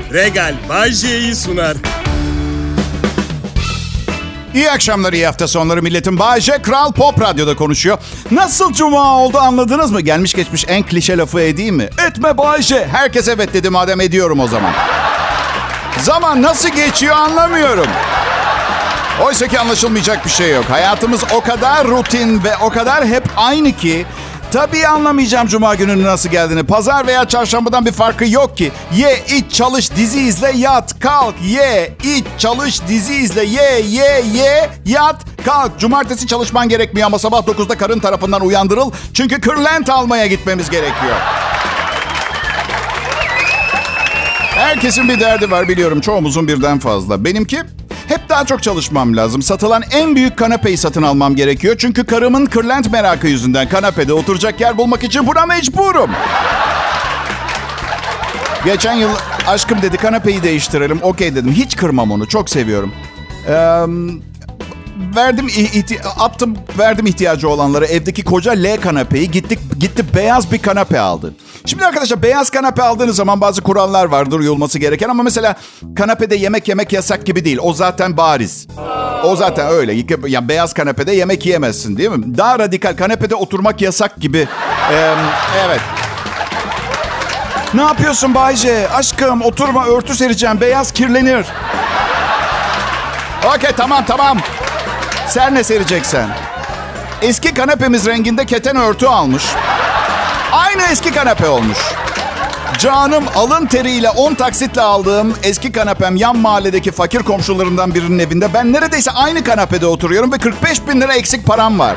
Regal Bay J'yi sunar. İyi akşamlar, iyi hafta sonları milletim. Bay J, Kral Pop Radyo'da konuşuyor. Nasıl cuma oldu anladınız mı? Gelmiş geçmiş en klişe lafı edeyim mi? Etme Bay J. Herkes evet dedi, madem ediyorum o zaman. Zaman nasıl geçiyor anlamıyorum. Oysa ki anlaşılmayacak bir şey yok. Hayatımız o kadar rutin ve o kadar hep aynı ki... Tabii anlamayacağım cuma gününün nasıl geldiğini. Pazar veya çarşambadan bir farkı yok ki. Ye, iç, çalış, dizi izle, yat, kalk. Ye, iç, çalış, dizi izle, ye, yat, kalk. Cumartesi çalışman gerekmiyor ama sabah 9'da karın tarafından uyandırıl. Çünkü kırlent almaya gitmemiz gerekiyor. Herkesin bir derdi var biliyorum. Çoğumuzun birden fazla. Benimki... Hep daha çok çalışmam lazım. Satılan en büyük kanepeyi satın almam gerekiyor. Çünkü karımın kırlent merakı yüzünden kanepede oturacak yer bulmak için buna mecburum. Geçen yıl aşkım dedi kanepeyi değiştirelim. Okey dedim. Hiç kırmam onu. Çok seviyorum. Verdim ihtiyacı olanlara evdeki koca L kanepeyi. Gitti beyaz bir kanepe aldı. Şimdi arkadaşlar beyaz kanepe aldığınız zaman bazı kurallar vardır uyulması gereken. Ama mesela kanepede yemek yasak gibi değil. O zaten bariz. O zaten öyle. Yani beyaz kanepede yemek yiyemezsin değil mi? Daha radikal kanepede oturmak yasak gibi. Evet. Ne yapıyorsun Bayce? Aşkım oturma, örtü sereceğim. Beyaz kirlenir. Okey tamam. Sen ne sereceksen? Eski kanepemiz renginde keten örtü almış. Aynı eski kanepe olmuş. Canım alın teriyle 10 taksitle aldığım eski kanepem yan mahalledeki fakir komşularından birinin evinde. Ben neredeyse aynı kanepede oturuyorum ve 45 bin lira eksik param var.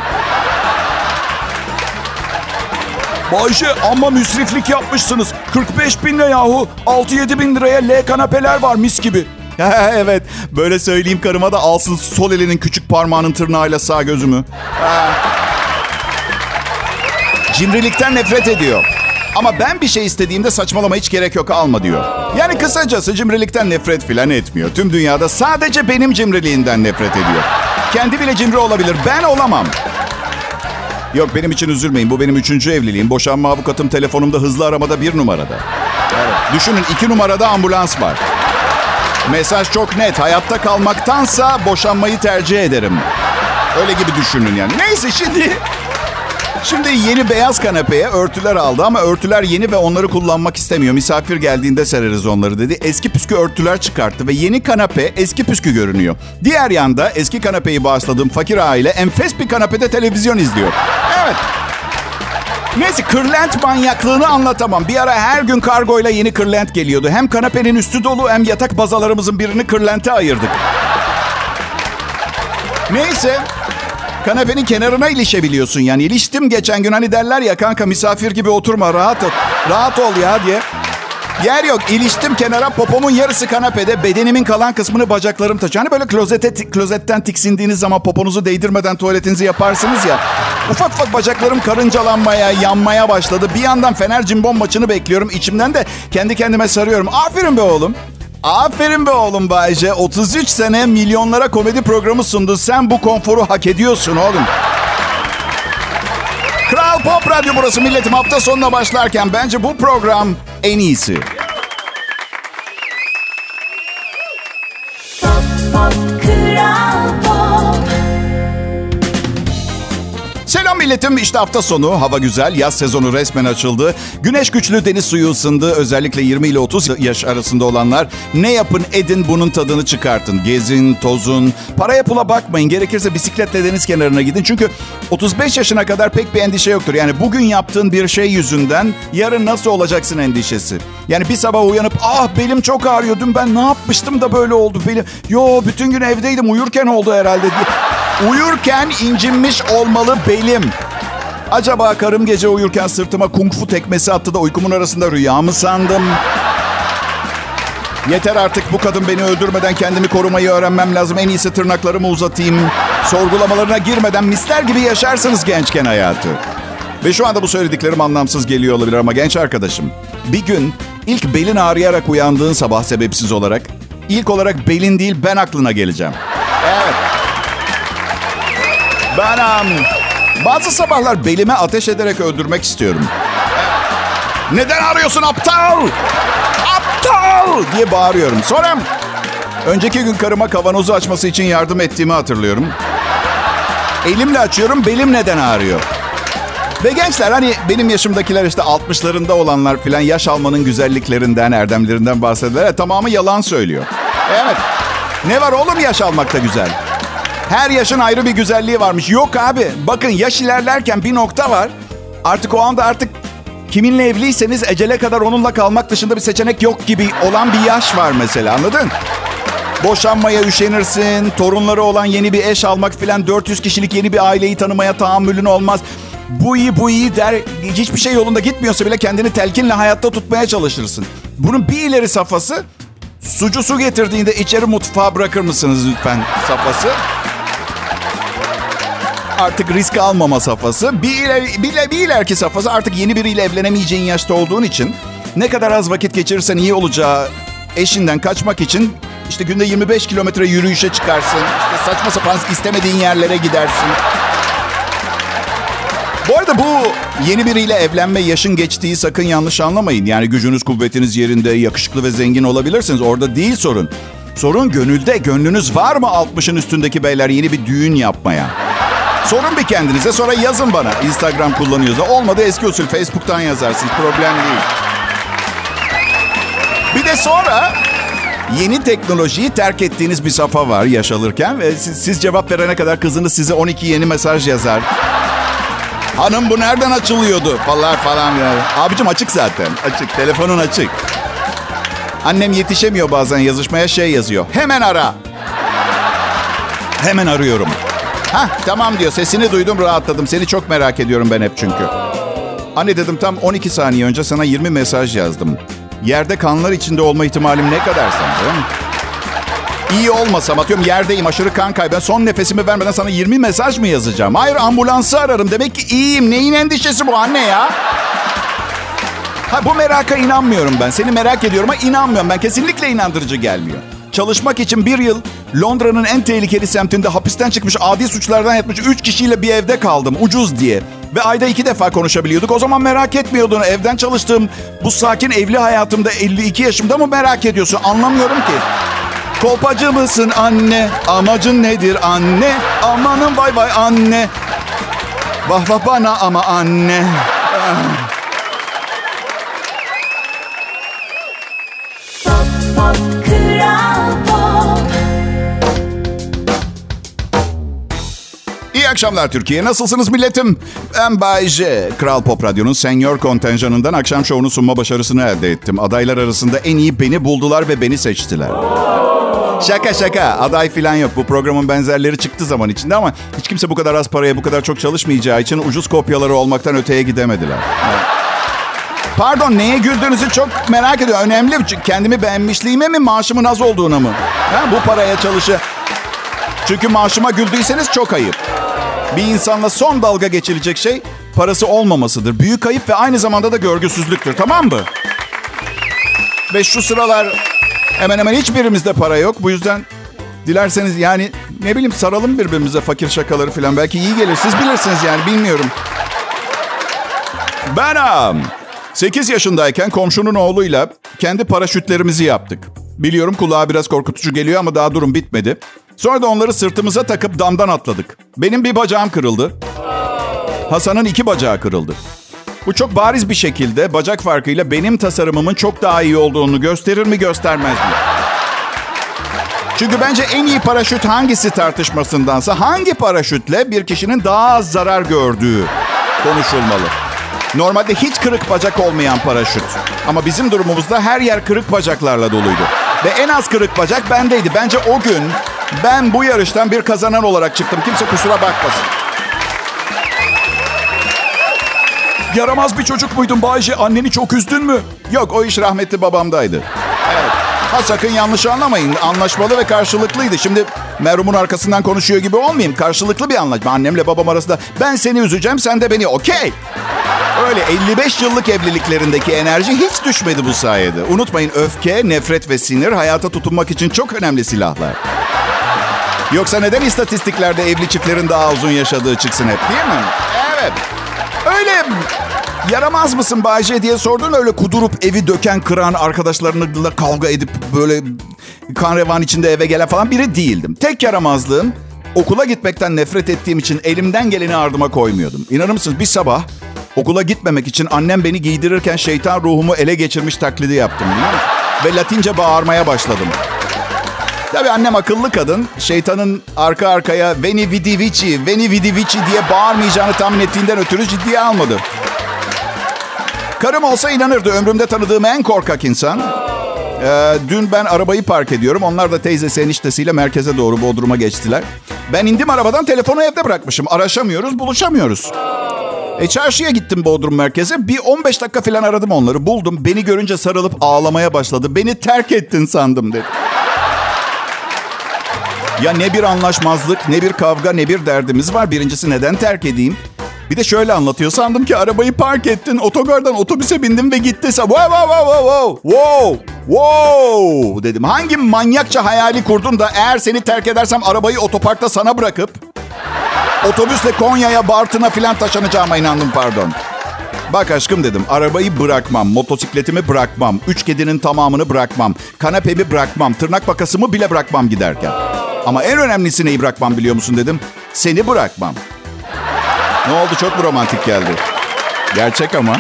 Bayşe amma müsriflik yapmışsınız. 45 bin lira yahu. 6-7 bin liraya L kanepeler var mis gibi. Evet böyle söyleyeyim karıma da alsın sol elinin küçük parmağının tırnağıyla sağ gözümü. Cimrilikten nefret ediyor. Ama ben bir şey istediğimde saçmalama hiç gerek yok alma diyor. Yani kısacası cimrilikten nefret filan etmiyor. Tüm dünyada sadece benim cimriliğinden nefret ediyor. Kendi bile cimri olabilir. Ben olamam. Yok benim için üzülmeyin. Bu benim 3. evliliğim. Boşanma avukatım telefonumda hızlı aramada 1 numarada. Evet. Düşünün 2 numarada ambulans var. Mesaj çok net. Hayatta kalmaktansa boşanmayı tercih ederim. Öyle gibi düşünün yani. Neyse Şimdi yeni beyaz kanepeye örtüler aldı ama örtüler yeni ve onları kullanmak istemiyor. Misafir geldiğinde sereriz onları dedi. Eski püskü örtüler çıkarttı ve yeni kanepe eski püskü görünüyor. Diğer yanda eski kanepeyi bağışladığım fakir aile enfes bir kanepede televizyon izliyor. Evet. Neyse kırlent manyaklığını anlatamam. Bir ara her gün kargoyla yeni kırlent geliyordu. Hem kanepenin üstü dolu hem yatak bazalarımızın birini kırlente ayırdık. Neyse. Kanepenin kenarına ilişebiliyorsun yani. İliştim geçen gün hani derler ya kanka misafir gibi oturma rahat ol ya diye. Yer yok iliştim kenara popomun yarısı kanepede bedenimin kalan kısmını bacaklarım taşıyor. Hani böyle klozetten tiksindiğiniz zaman poponuzu değdirmeden tuvaletinizi yaparsınız ya. Ufak bacaklarım karıncalanmaya yanmaya başladı. Bir yandan Fener Cimbom maçını bekliyorum. İçimden de kendi kendime sarıyorum. Aferin be oğlum. Aferin be oğlum Bayce. 33 sene milyonlara komedi programı sundun. Sen bu konforu hak ediyorsun oğlum. Kral Pop Radyo burası milletim. Hafta sonuna başlarken bence bu program en iyisi. Selam milletim. İşte hafta sonu. Hava güzel. Yaz sezonu resmen açıldı. Güneş güçlü, deniz suyu ısındı. Özellikle 20 ile 30 yaş arasında olanlar ne yapın edin bunun tadını çıkartın. Gezin, tozun. Paraya pula bakmayın. Gerekirse bisikletle deniz kenarına gidin. Çünkü 35 yaşına kadar pek bir endişe yoktur. Yani bugün yaptığın bir şey yüzünden yarın nasıl olacaksın endişesi. Yani bir sabah uyanıp belim çok ağrıyor. Dün ben ne yapmıştım da böyle oldu belim. Bütün gün evdeydim uyurken oldu herhalde diye. Uyurken incinmiş olmalı belim. Acaba karım gece uyurken sırtıma kung fu tekmesi attı da uykumun arasında rüya mı sandım? Yeter artık bu kadın beni öldürmeden kendimi korumayı öğrenmem lazım. En iyisi tırnaklarımı uzatayım. Sorgulamalarına girmeden misler gibi yaşarsınız gençken hayatı. Ve şu anda bu söylediklerim anlamsız geliyor olabilir ama genç arkadaşım. Bir gün ilk belin ağrıyarak uyandığın sabah sebepsiz olarak ilk olarak belin değil ben aklına geleceğim. Evet. Ben bazı sabahlar belime ateş ederek öldürmek istiyorum. Neden arıyorsun aptal? Aptal! aptal diye bağırıyorum. Sonra önceki gün karıma kavanozu açması için yardım ettiğimi hatırlıyorum. Elimle açıyorum, belim neden ağrıyor? Ve gençler, hani benim yaşımdakiler, işte 60'larında olanlar filan yaş almanın güzelliklerinden, erdemlerinden bahsederler. Tamamı yalan söylüyor. Evet. Ne var oğlum yaş almakta güzel? Her yaşın ayrı bir güzelliği varmış. Yok abi. Bakın, yaş ilerlerken bir nokta var. Artık o anda kiminle evliyseniz ecele kadar onunla kalmak dışında bir seçenek yok gibi olan bir yaş var mesela, anladın? Boşanmaya üşenirsin, torunları olan yeni bir eş almak filan, 400 kişilik yeni bir aileyi tanımaya tahammülün olmaz. Bu iyi der, hiçbir şey yolunda gitmiyorsa bile kendini telkinle hayatta tutmaya çalışırsın. Bunun bir ileri safhası, sucu su getirdiğinde içeri mutfağa bırakır mısınız lütfen safhası. Artık risk almama safhası. Bir ileriki safhası, artık yeni biriyle evlenemeyeceğin yaşta olduğun için ne kadar az vakit geçirirsen iyi olacağı eşinden kaçmak için işte günde 25 kilometre yürüyüşe çıkarsın. İşte saçma sapan istemediğin yerlere gidersin. Bu arada bu yeni biriyle evlenme yaşın geçtiği sakın yanlış anlamayın. Yani gücünüz kuvvetiniz yerinde, yakışıklı ve zengin olabilirsiniz. Orada değil sorun. Sorun gönülde. Gönlünüz var mı 60'ın üstündeki beyler yeni bir düğün yapmaya? Sorun bir kendinize, sonra yazın bana. Instagram kullanıyorsa. Olmadı eski usul Facebook'tan yazarsınız. Problem değil. Bir de sonra yeni teknolojiyi terk ettiğiniz bir safha var yaş alırken. Ve siz cevap verene kadar kızınız size 12 yeni mesaj yazar. Hanım bu nereden açılıyordu falan yani. Abicim açık zaten. Açık. Telefonun açık. Annem yetişemiyor bazen yazışmaya, yazıyor. Hemen ara. Hemen arıyorum. Tamam diyor. Sesini duydum, rahatladım. Seni çok merak ediyorum ben hep çünkü. Anne dedim, tam 12 saniye önce sana 20 mesaj yazdım. Yerde kanlar içinde olma ihtimalim ne kadar sence? İyi olmasam, atıyorum yerdeyim, aşırı kan kaybı. Son nefesimi vermeden sana 20 mesaj mı yazacağım? Hayır, ambulansı ararım. Demek ki iyiyim. Neyin endişesi bu anne ya? Bu meraka inanmıyorum ben. Seni merak ediyorum ama inanmıyorum. Ben kesinlikle inandırıcı gelmiyor. Çalışmak için 1 yıl Londra'nın en tehlikeli semtinde hapisten çıkmış, adi suçlardan yatmış 3 kişiyle bir evde kaldım. Ucuz diye. Ve ayda 2 defa konuşabiliyorduk. O zaman merak etmiyordun. Evden çalıştığım bu sakin evli hayatımda 52 yaşımda mı merak ediyorsun? Anlamıyorum ki. Kolpacı mısın anne? Amacın nedir anne? Amanın vay vay anne. Vah vah bana ama anne. İyi akşamlar Türkiye. Nasılsınız milletim? Ben Bay J. Kral Pop Radyo'nun senior kontenjanından akşam şovunu sunma başarısını elde ettim. Adaylar arasında en iyi beni buldular ve beni seçtiler. Şaka. Aday falan yok. Bu programın benzerleri çıktı zaman içinde ama hiç kimse bu kadar az paraya bu kadar çok çalışmayacağı için ucuz kopyaları olmaktan öteye gidemediler. Pardon, neye güldüğünüzü çok merak ediyorum. Önemli. Kendimi beğenmişliğime mi, maaşımın az olduğuna mı? Bu paraya Çünkü maaşıma güldüyseniz çok ayıp. Bir insanla son dalga geçilecek şey parası olmamasıdır. Büyük ayıp ve aynı zamanda da görgüsüzlüktür. Tamam mı? Ve şu sıralar hemen hemen hiçbirimizde para yok. Bu yüzden dilerseniz yani ne bileyim saralım birbirimize fakir şakaları falan. Belki iyi gelir. Siz bilirsiniz yani, bilmiyorum. Ben 8 yaşındayken komşunun oğluyla kendi paraşütlerimizi yaptık. Biliyorum kulağa biraz korkutucu geliyor ama daha durum bitmedi. Sonra da onları sırtımıza takıp damdan atladık. Benim bir bacağım kırıldı. Hasan'ın 2 bacağı kırıldı. Bu çok bariz bir şekilde bacak farkıyla benim tasarımımın çok daha iyi olduğunu gösterir mi, göstermez mi? Çünkü bence en iyi paraşüt hangisi tartışmasındansa hangi paraşütle bir kişinin daha az zarar gördüğü konuşulmalı. Normalde hiç kırık bacak olmayan paraşüt. Ama bizim durumumuzda her yer kırık bacaklarla doluydu. Ve en az kırık bacak bendeydi. Bence o gün ben bu yarıştan bir kazanan olarak çıktım. Kimse kusura bakmasın. Yaramaz bir çocuk muydun Bayce? Anneni çok üzdün mü? Yok, o iş rahmetli babamdaydı. Evet. Sakın yanlış anlamayın. Anlaşmalı ve karşılıklıydı. Şimdi merhumun arkasından konuşuyor gibi olmayayım. Karşılıklı bir anlaşma. Annemle babam arasında ben seni üzeceğim, sen de beni. Okey. Öyle 55 yıllık evliliklerindeki enerji hiç düşmedi bu sayede. Unutmayın, öfke, nefret ve sinir hayata tutunmak için çok önemli silahlar. Yoksa neden istatistiklerde evli çiftlerin daha uzun yaşadığı çıksın hep, değil mi? Evet. Öyle Yaramaz mısın Bayce diye sordun, öyle kudurup evi döken, kıran, arkadaşlarıyla kavga edip böyle kan revan içinde eve gelen falan biri değildim. Tek yaramazlığım, okula gitmekten nefret ettiğim için elimden geleni ardıma koymuyordum. İnanır mısınız, bir sabah okula gitmemek için annem beni giydirirken şeytan ruhumu ele geçirmiş taklidi yaptım, biliyor musun? Ve Latince bağırmaya başladım. Tabii annem akıllı kadın, şeytanın arka arkaya "Veni vidi vici, veni vidi vici" diye bağırmayacağını tahmin ettiğinden ötürü ciddiye almadı. Karım olsa inanırdı, ömrümde tanıdığım en korkak insan. Dün ben arabayı park ediyorum. Onlar da teyzesi eniştesiyle merkeze doğru, Bodrum'a geçtiler. Ben indim arabadan, telefonu evde bırakmışım. Araşamıyoruz, buluşamıyoruz. Çarşıya gittim, Bodrum merkeze. Bir 15 dakika falan aradım onları. Buldum. Beni görünce sarılıp ağlamaya başladı. "Beni terk ettin sandım" dedi. Ya ne bir anlaşmazlık, ne bir kavga, ne bir derdimiz var. Birincisi, neden terk edeyim? Bir de şöyle anlatıyor. Sandım ki arabayı park ettin, otogardan otobüse bindim ve gitti. Wow dedim. Hangi manyakça hayali kurdun da eğer seni terk edersem arabayı otoparkta sana bırakıp otobüsle Konya'ya, Bartın'a filan taşınacağıma inandım, pardon. Bak aşkım dedim, arabayı bırakmam, motosikletimi bırakmam, 3 kedinin tamamını bırakmam, kanepemi bırakmam, tırnak makasımı bile bırakmam giderken. Ama en önemlisi neyi bırakmam biliyor musun dedim? Seni bırakmam. Ne oldu, çok mu romantik geldi? Gerçek ama.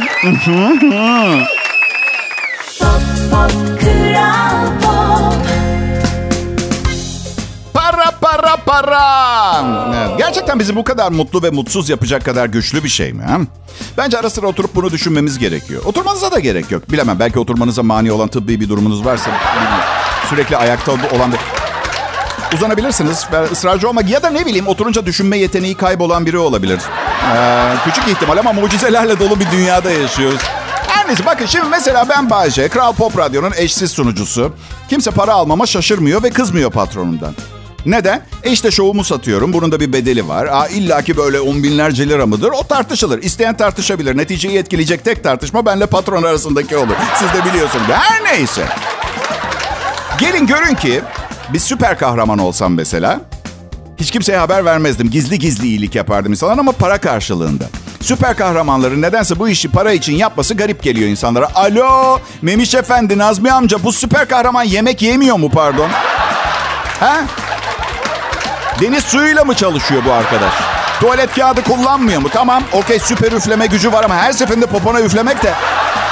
Para. Gerçekten bizi bu kadar mutlu ve mutsuz yapacak kadar güçlü bir şey mi? Ha? Bence ara sıra oturup bunu düşünmemiz gerekiyor. Oturmanıza da gerek yok. Bilemem, belki oturmanıza mani olan tıbbi bir durumunuz varsa. Sürekli ayakta olan bir... Uzanabilirsiniz. Israrcı olmak ya da ne bileyim, oturunca düşünme yeteneği kaybolan biri olabilir. Küçük ihtimal ama mucizelerle dolu bir dünyada yaşıyoruz. Her neyse, bakın şimdi mesela ben Bayce, Kral Pop Radyo'nun eşsiz sunucusu. Kimse para almama şaşırmıyor ve kızmıyor patronumdan. Neden? İşte şovumu satıyorum. Bunun da bir bedeli var. İlla ki böyle 10 binlerce lira mıdır? O tartışılır. İsteyen tartışabilir. Neticeyi etkileyecek tek tartışma benle patron arasındaki olur. Siz de biliyorsunuz. Her neyse. Gelin görün ki bir süper kahraman olsam mesela, hiç kimseye haber vermezdim. Gizli gizli iyilik yapardım insanlara ama para karşılığında. Süper kahramanların nedense bu işi para için yapması garip geliyor insanlara. Alo, Memiş Efendi, Nazmi amca, bu süper kahraman yemek yemiyor mu pardon? Ha? Deniz suyuyla mı çalışıyor bu arkadaş? Tuvalet kağıdı kullanmıyor mu? Tamam, okey, süper üfleme gücü var ama her seferinde popona üflemek de...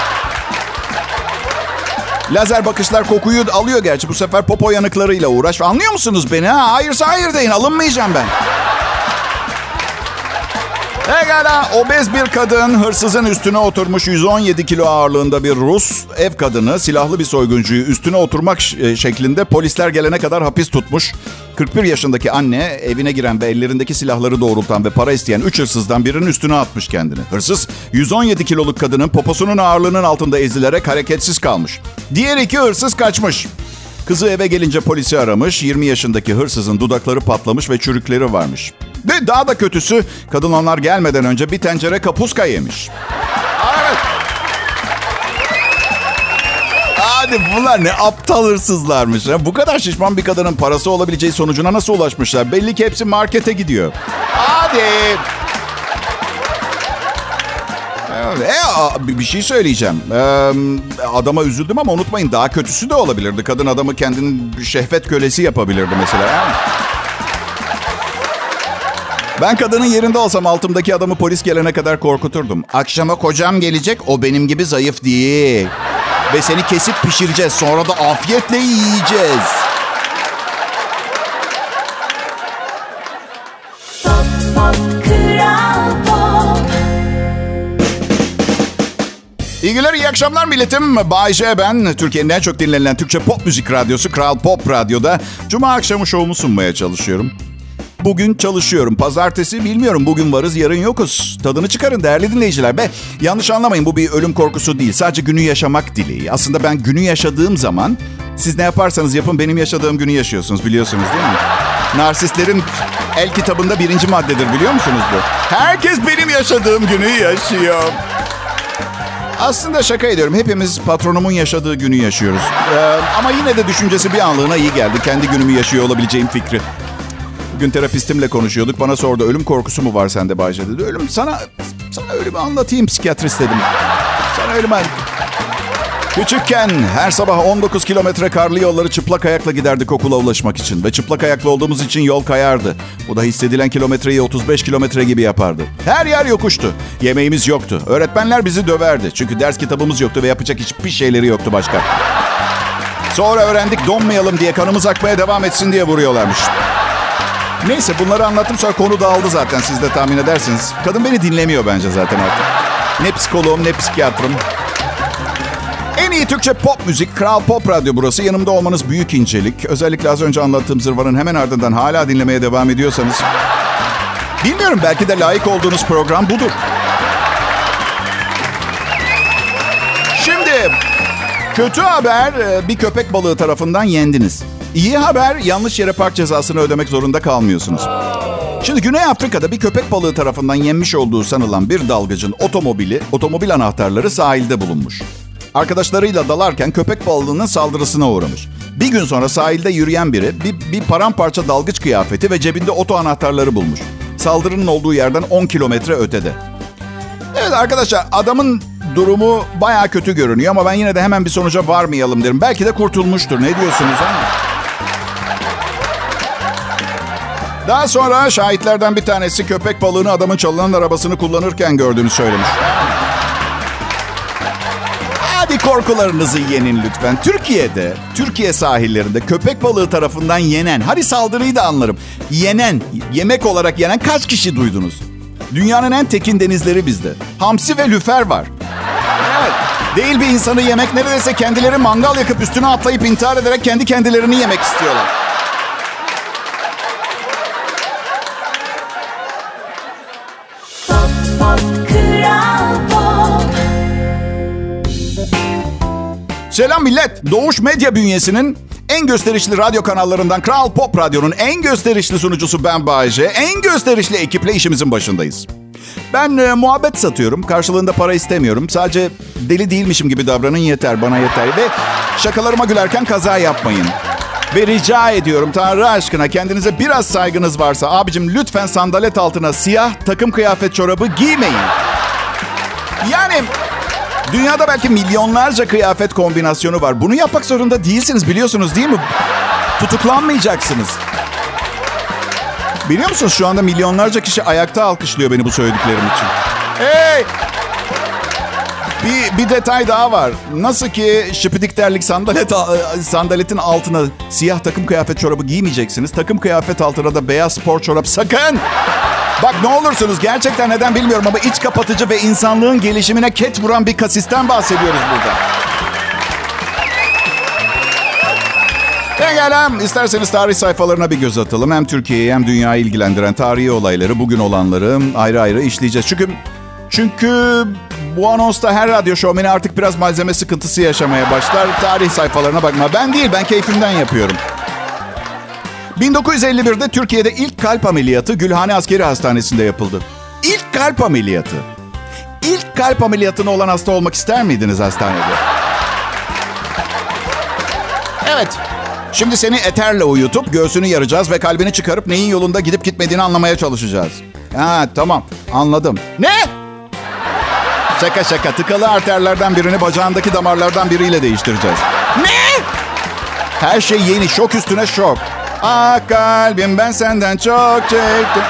Lazer bakışlar kokuyu alıyor gerçi. Bu sefer popo yanıklarıyla uğraş. Anlıyor musunuz beni? Ha? Hayırsa hayır deyin. Alınmayacağım ben. Pekala, obez bir kadın hırsızın üstüne oturmuş 117 kilo ağırlığında bir Rus ev kadını silahlı bir soyguncuyu üstüne oturmak şeklinde polisler gelene kadar hapis tutmuş. 41 yaşındaki anne evine giren ve ellerindeki silahları doğrultan ve para isteyen 3 hırsızdan birinin üstüne atmış kendini. Hırsız 117 kiloluk kadının poposunun ağırlığının altında ezilerek hareketsiz kalmış. Diğer 2 hırsız kaçmış. Kızı eve gelince polisi aramış. 20 yaşındaki hırsızın dudakları patlamış ve çürükleri varmış. Ve daha da kötüsü, kadın onlar gelmeden önce bir tencere kapuska yemiş. Evet. Hadi bunlar ne aptal hırsızlarmış. Ha? Bu kadar şişman bir kadının parası olabileceği sonucuna nasıl ulaşmışlar? Belli ki hepsi markete gidiyor. Hadi. Bir şey söyleyeceğim. Adama üzüldüm ama unutmayın, daha kötüsü de olabilirdi. Kadın adamı kendinin şehvet kölesi yapabilirdi mesela. Ben kadının yerinde olsam altımdaki adamı polis gelene kadar korkuturdum. Akşama kocam gelecek, o benim gibi zayıf değil. Ve seni kesip pişireceğiz, sonra da afiyetle yiyeceğiz. İyi günler, iyi akşamlar milletim. Bay J ben. Türkiye'nin en çok dinlenilen Türkçe pop müzik radyosu Kral Pop Radyo'da Cuma akşamı şovumu sunmaya çalışıyorum. Bugün çalışıyorum. Pazartesi bilmiyorum, bugün varız yarın yokuz. Tadını çıkarın değerli dinleyiciler. Yanlış anlamayın, bu bir ölüm korkusu değil. Sadece günü yaşamak dileği. Aslında ben günü yaşadığım zaman siz ne yaparsanız yapın benim yaşadığım günü yaşıyorsunuz, biliyorsunuz değil mi? Narsistlerin el kitabında 1. maddedir, biliyor musunuz bu? Herkes benim yaşadığım günü yaşıyor. Aslında şaka ediyorum. Hepimiz patronumun yaşadığı günü yaşıyoruz. Ama yine de düşüncesi bir anlığına iyi geldi. Kendi günümü yaşıyor olabileceğim fikri. Bugün terapistimle konuşuyorduk. Bana sordu, ölüm korkusu mu var sende Bayce dedi. Sana öyle bir anlatayım psikiyatrist dedim. Sana öyle mi? Küçükken her sabah 19 kilometre karlı yolları çıplak ayakla giderdik okula ulaşmak için. Ve çıplak ayaklı olduğumuz için yol kayardı. Bu da hissedilen kilometreyi 35 kilometre gibi yapardı. Her yer yokuştu. Yemeğimiz yoktu. Öğretmenler bizi döverdi. Çünkü ders kitabımız yoktu ve yapacak hiçbir şeyleri yoktu başka. Sonra öğrendik donmayalım diye, kanımız akmaya devam etsin diye vuruyorlarmış. Neyse, bunları anlattım, sonra konu dağıldı zaten, siz de tahmin edersiniz. Kadın beni dinlemiyor bence zaten artık. Ne psikoloğum ne psikiyatrım. En iyi Türkçe pop müzik, Kral Pop Radyo burası. Yanımda olmanız büyük incelik. Özellikle az önce anlattığım zırvanın hemen ardından hala dinlemeye devam ediyorsanız. Bilmiyorum, belki de layık olduğunuz program budur. Şimdi, kötü haber, bir köpek balığı tarafından yendiniz. İyi haber, yanlış yere park cezasını ödemek zorunda kalmıyorsunuz. Şimdi Güney Afrika'da bir köpek balığı tarafından yenmiş olduğu sanılan bir dalgıcın otomobil anahtarları sahilde bulunmuş. Arkadaşlarıyla dalarken köpek balığının saldırısına uğramış. Bir gün sonra sahilde yürüyen biri bir paramparça dalgıç kıyafeti ve cebinde oto anahtarları bulmuş. Saldırının olduğu yerden 10 kilometre ötede. Evet arkadaşlar, adamın durumu bayağı kötü görünüyor ama ben yine de hemen bir sonuca varmayalım derim. Belki de kurtulmuştur. Ne diyorsunuz ha? Daha sonra şahitlerden bir tanesi köpek balığını adamın çalınan arabasını kullanırken gördüğünü söylemiş. Hadi korkularınızı yenin lütfen. Türkiye sahillerinde köpek balığı tarafından yenen, hadi saldırıyı da anlarım. Yemek olarak yenen kaç kişi duydunuz? Dünyanın en tekin denizleri bizde. Hamsi ve lüfer var. Evet, değil bir insanı yemek, neredeyse kendileri mangal yakıp üstüne atlayıp intihar ederek kendi kendilerini yemek istiyorlar. Selam millet. Doğuş Medya bünyesinin en gösterişli radyo kanallarından Kral Pop Radyo'nun en gösterişli sunucusu ben Bayece. En gösterişli ekiple işimizin başındayız. Ben muhabbet satıyorum. Karşılığında para istemiyorum. Sadece deli değilmişim gibi davranın yeter, bana yeter. Ve şakalarıma gülerken kaza yapmayın. Ve rica ediyorum Tanrı aşkına, kendinize biraz saygınız varsa abicim lütfen sandalet altına siyah takım kıyafet çorabı giymeyin. Yani dünyada belki milyonlarca kıyafet kombinasyonu var. Bunu yapmak zorunda değilsiniz, biliyorsunuz değil mi? Tutuklanmayacaksınız. Biliyor musunuz, şu anda milyonlarca kişi ayakta alkışlıyor beni bu söylediklerim için. Hey! Bir detay daha var. Nasıl ki şıpıdik terlik sandaletin altına siyah takım kıyafet çorabı giymeyeceksiniz. Takım kıyafet altına da beyaz spor çorap sakın! Bak ne olursunuz, gerçekten neden bilmiyorum ama iç kapatıcı ve insanlığın gelişimine ket vuran bir kasisten bahsediyoruz burada. Pekala, isterseniz tarih sayfalarına bir göz atalım. Hem Türkiye'yi hem dünyayı ilgilendiren tarihi olayları, bugün olanları ayrı ayrı işleyeceğiz. Çünkü bu anonsta her radyo şovmeni artık biraz malzeme sıkıntısı yaşamaya başlar. Tarih sayfalarına bakma. Ben değil, ben keyfimden yapıyorum. 1951'de Türkiye'de ilk kalp ameliyatı Gülhane Askeri Hastanesi'nde yapıldı. İlk kalp ameliyatı. İlk kalp ameliyatına olan hasta olmak ister miydiniz hastanede? Evet. Şimdi seni eterle uyutup göğsünü yaracağız ve kalbini çıkarıp neyin yolunda gidip gitmediğini anlamaya çalışacağız. Ha tamam, anladım. Ne? Şaka. Tıkalı arterlerden birini bacağındaki damarlardan biriyle değiştireceğiz. Ne? Her şey yeni, şok üstüne şok. Ah kalbim ben senden çok çektim.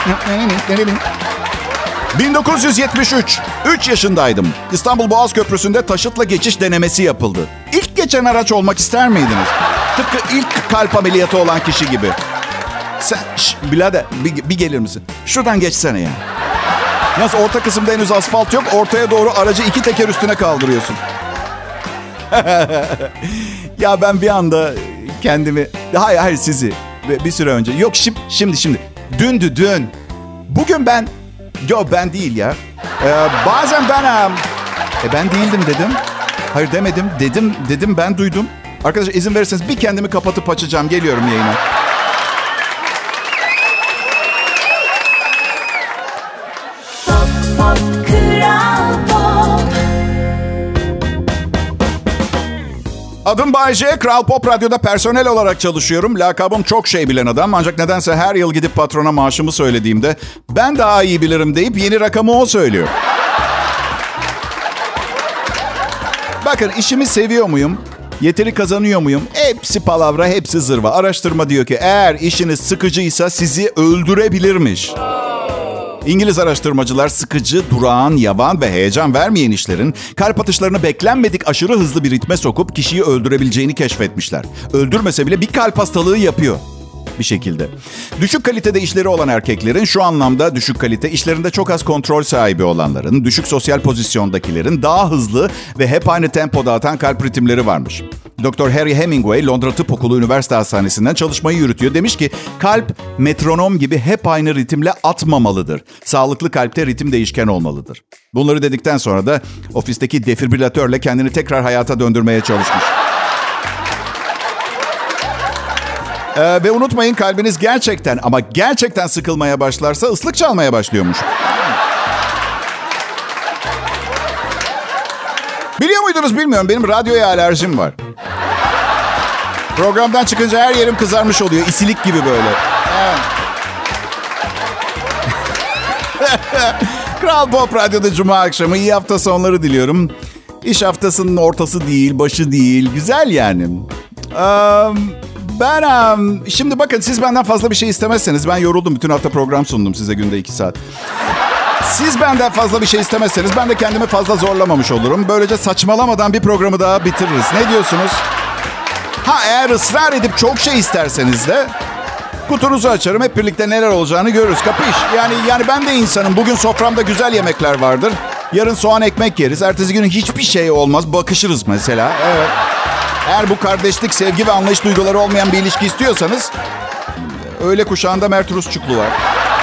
1973. 3 yaşındaydım. İstanbul Boğaz Köprüsü'nde taşıtla geçiş denemesi yapıldı. İlk geçen araç olmak ister miydiniz? Tıpkı ilk kalp ameliyatı olan kişi gibi. Sen birader bir gelir misin? Şuradan geçsene ya. Yalnız orta kısımda henüz asfalt yok. Ortaya doğru aracı 2 teker üstüne kaldırıyorsun. Ya ben bir anda kendimi... Hayır sizi. Bir süre önce. Yok şimdi. Dün. Bugün ben... Yok ben değil ya. Bazen ben... ben değildim dedim. Hayır demedim. Dedim ben duydum. Arkadaşlar izin verirseniz bir kendimi kapatıp açacağım. Geliyorum yayına. Adım Bay J. Kral Pop Radyo'da personel olarak çalışıyorum. Lakabım çok şey bilen adam. Ancak nedense her yıl gidip patrona maaşımı söylediğimde ben daha iyi bilirim deyip yeni rakamı o söylüyor. Bakın, işimi seviyor muyum? Yeteri kazanıyor muyum? Hepsi palavra, hepsi zırva. Araştırma diyor ki eğer işiniz sıkıcıysa sizi öldürebilirmiş. İngiliz araştırmacılar sıkıcı, durağan, yavan ve heyecan vermeyen işlerin kalp atışlarını beklenmedik aşırı hızlı bir ritme sokup kişiyi öldürebileceğini keşfetmişler. Öldürmese bile bir kalp hastalığı yapıyor bir şekilde. Düşük kalitede işleri olan erkeklerin, şu anlamda düşük kalite, işlerinde çok az kontrol sahibi olanların, düşük sosyal pozisyondakilerin daha hızlı ve hep aynı tempoda atan kalp ritimleri varmış. Dr. Harry Hemingway, Londra Tıp Okulu Üniversite Hastanesi'nden çalışmayı yürütüyor. Demiş ki kalp metronom gibi hep aynı ritimle atmamalıdır. Sağlıklı kalpte ritim değişken olmalıdır. Bunları dedikten sonra da ofisteki defibrilatörle kendini tekrar hayata döndürmeye çalışmış. Ve unutmayın, kalbiniz gerçekten ama gerçekten sıkılmaya başlarsa ıslık çalmaya başlıyormuş. Biliyor muydunuz bilmiyorum, benim radyoya alerjim var. Programdan çıkınca her yerim kızarmış oluyor. İsilik gibi böyle. Evet. Kral Pop Radyo'da Cuma akşamı iyi hafta sonları diliyorum. İş haftasının ortası değil, başı değil. Güzel yani. Şimdi bakın, siz benden fazla bir şey istemezseniz, ben yoruldum. Bütün hafta program sundum size günde 2 saat. Siz benden fazla bir şey istemezseniz ben de kendimi fazla zorlamamış olurum. Böylece saçmalamadan bir programı daha bitiririz. Ne diyorsunuz? Eğer ısrar edip çok şey isterseniz de kutunuzu açarım. Hep birlikte neler olacağını görürüz. Kapış? Yani ben de insanım. Bugün soframda güzel yemekler vardır. Yarın soğan ekmek yeriz. Ertesi gün hiçbir şey olmaz. Bakışırız mesela. Evet. Eğer bu kardeşlik, sevgi ve anlayış duyguları olmayan bir ilişki istiyorsanız, öğle kuşağında Mert Rusçuklu var.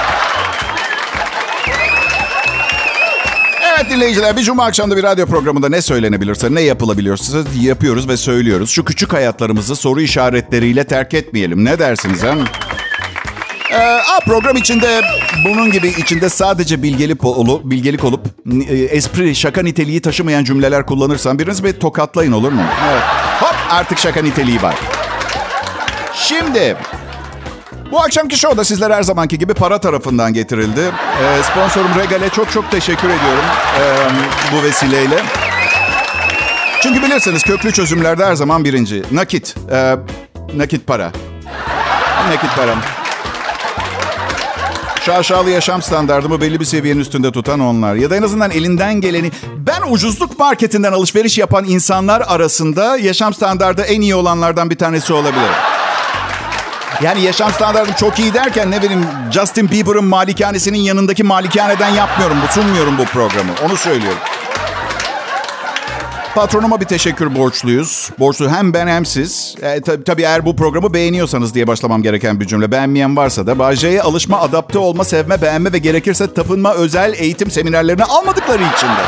Evet dinleyiciler, bir cuma akşamda bir radyo programında ne söylenebilirse, ne yapılabiliyorsa yapıyoruz ve söylüyoruz. Şu küçük hayatlarımızı soru işaretleriyle terk etmeyelim. Ne dersiniz ha? Program içinde bunun gibi içinde sadece bilgelik olup espri, şaka niteliği taşımayan cümleler kullanırsan biriniz bir tokatlayın, olur mu? Evet. Hop, artık şaka niteliği var. Şimdi bu akşamki show da sizler her zamanki gibi para tarafından getirildi. Sponsorum Regal'e çok teşekkür ediyorum bu vesileyle. Çünkü bilirsiniz köklü çözümlerde her zaman birinci. Nakit. Nakit para. Nakit param. Şaşalı yaşam standardımı belli bir seviyenin üstünde tutan onlar. Ya da en azından elinden geleni... Ben ucuzluk marketinden alışveriş yapan insanlar arasında yaşam standardı en iyi olanlardan bir tanesi olabilir. Yani yaşam standardım çok iyi derken ne bileyim Justin Bieber'ın malikanesinin yanındaki malikaneden yapmıyorum. Sunmuyorum bu programı. Onu söylüyorum. Patronuma bir teşekkür borçluyuz. Borçlu hem ben hem siz. Tabii eğer bu programı beğeniyorsanız diye başlamam gereken bir cümle. Beğenmeyen varsa da Bay alışma, adapte olma, sevme, beğenme ve gerekirse tapınma özel eğitim seminerlerini almadıkları için de.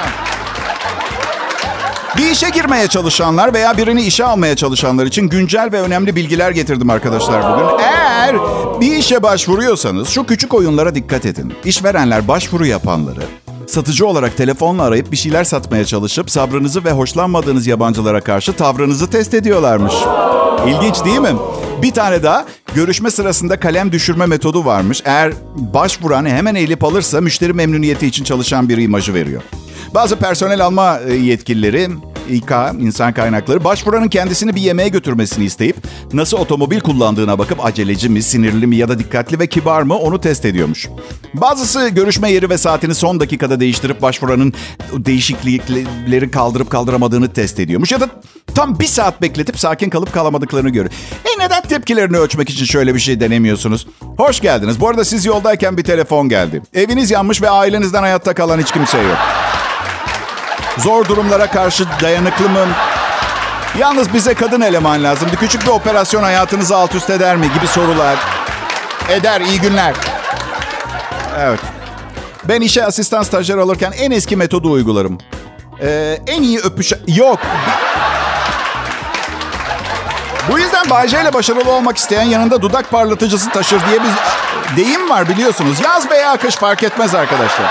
Bir işe girmeye çalışanlar veya birini işe almaya çalışanlar için güncel ve önemli bilgiler getirdim arkadaşlar bugün. Eğer bir işe başvuruyorsanız şu küçük oyunlara dikkat edin. İşverenler başvuru yapanları satıcı olarak telefonla arayıp bir şeyler satmaya çalışıp sabrınızı ve hoşlanmadığınız yabancılara karşı tavrınızı test ediyorlarmış. İlginç değil mi? Bir tane daha, görüşme sırasında kalem düşürme metodu varmış. Eğer başvuran hemen eğilip alırsa müşteri memnuniyeti için çalışan bir imajı veriyor. Bazı personel alma yetkilileri, İK, insan kaynakları, başvuranın kendisini bir yemeğe götürmesini isteyip nasıl otomobil kullandığına bakıp aceleci mi, sinirli mi ya da dikkatli ve kibar mı onu test ediyormuş. Bazısı görüşme yeri ve saatini son dakikada değiştirip başvuranın değişiklikleri kaldırıp kaldıramadığını test ediyormuş. Ya da tam 1 saat bekletip sakin kalıp kalamadıklarını görüyor. Neden tepkilerini ölçmek için şöyle bir şey denemiyorsunuz? Hoş geldiniz. Bu arada siz yoldayken bir telefon geldi. Eviniz yanmış ve ailenizden hayatta kalan hiç kimse yok. Zor durumlara karşı dayanıklı mı? Yalnız bize kadın eleman lazım. Bir küçük bir operasyon hayatınızı alt üst eder mi? Gibi sorular. Eder, iyi günler. Evet. Ben işe asistan stajyer alırken en eski metodu uygularım. En iyi Yok. Bu yüzden Bay J ile başarılı olmak isteyen yanında dudak parlatıcısı taşır diye bir deyim var biliyorsunuz. Yaz veya kış fark etmez arkadaşlar.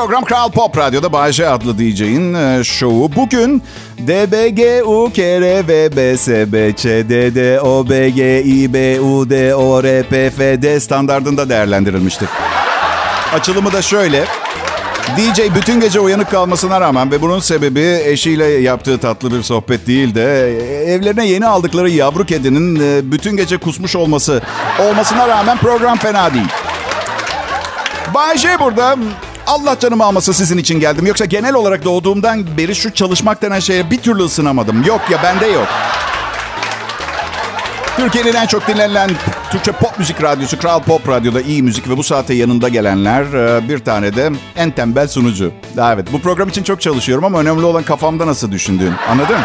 program Kral Pop Radyo'da Bay J adlı DJ'in şovu. Bugün D, B, G, U, K, R, V, B, S, B, Ç, D, D, O, B, G, I, B, U, D, O, R, P, F, D standardında değerlendirilmiştir. Açılımı da şöyle. DJ bütün gece uyanık kalmasına rağmen ve bunun sebebi eşiyle yaptığı tatlı bir sohbet değil de evlerine yeni aldıkları yavru kedinin bütün gece kusmuş olmasına rağmen program fena değil. Bay J burada. Allah canımı almasa sizin için geldim. Yoksa genel olarak doğduğumdan beri şu çalışmak denen şeye bir türlü ısınamadım. Yok ya, bende yok. Türkiye'nin en çok dinlenilen Türkçe pop müzik radyosu Kral Pop Radyo'da iyi müzik ve bu saate yanında gelenler, bir tane de en tembel sunucu. Evet, bu program için çok çalışıyorum ama önemli olan kafamda nasıl düşündüğün. Anladın?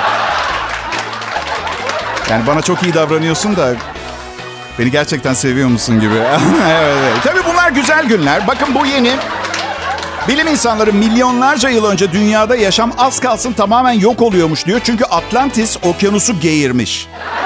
Yani bana çok iyi davranıyorsun da beni gerçekten seviyor musun gibi. Evet. Tabii bunlar güzel günler. Bakın bu yeni. Bilim insanları milyonlarca yıl önce dünyada yaşam az kalsın tamamen yok oluyormuş diyor. Çünkü Atlantis okyanusu geğirmiş.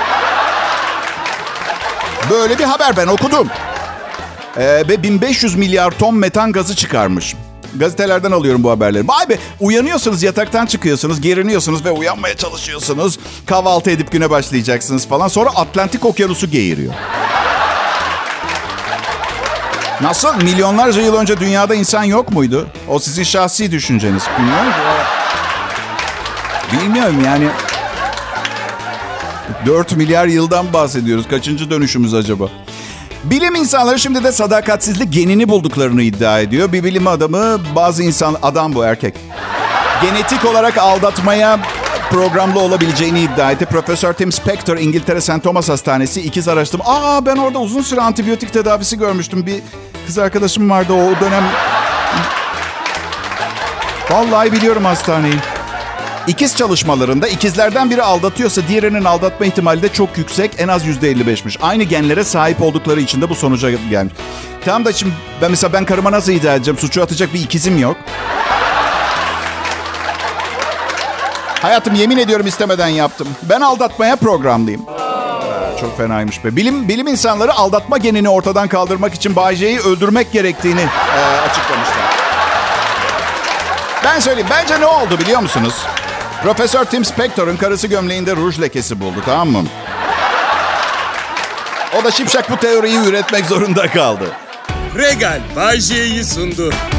Böyle bir haber ben okudum. Ve 1500 milyar ton metan gazı çıkarmış. Gazetelerden alıyorum bu haberleri. Vay be, uyanıyorsunuz, yataktan çıkıyorsunuz, geriniyorsunuz ve uyanmaya çalışıyorsunuz. Kahvaltı edip güne başlayacaksınız falan. Sonra Atlantik okyanusu geğiriyor. Nasıl? Milyonlarca yıl önce dünyada insan yok muydu? O sizin şahsi düşünceniz. Bilmiyorum yani. 4 milyar yıldan bahsediyoruz. Kaçıncı dönüşümüz acaba? Bilim insanları şimdi de sadakatsizlik genini bulduklarını iddia ediyor. Bir bilim adamı adam bu erkek. Genetik olarak aldatmaya programlı olabileceğini iddia etti. Profesör Tim Spector İngiltere St. Thomas Hastanesi ikiz araştırma. Ben orada uzun süre antibiyotik tedavisi görmüştüm. Bir kız arkadaşım vardı o dönem. Vallahi biliyorum hastaneyi. İkiz çalışmalarında ikizlerden biri aldatıyorsa diğerinin aldatma ihtimali de çok yüksek. En az %55'miş. Aynı genlere sahip oldukları için de bu sonuca gelmiş. Tamam da şimdi ben karıma nasıl iddia edeceğim? Suçu atacak bir ikizim yok. Hayatım, yemin ediyorum istemeden yaptım. Ben aldatmaya programlıyım. Çok fenaymış be. Bilim insanları aldatma genini ortadan kaldırmak için Bay J'yi öldürmek gerektiğini açıklamışlar. Ben söyleyeyim. Bence ne oldu biliyor musunuz? Profesör Tim Spector'un karısı gömleğinde ruj lekesi buldu, tamam mı? O da şipşak bu teoriyi üretmek zorunda kaldı. Regal Bay J'yi sundu.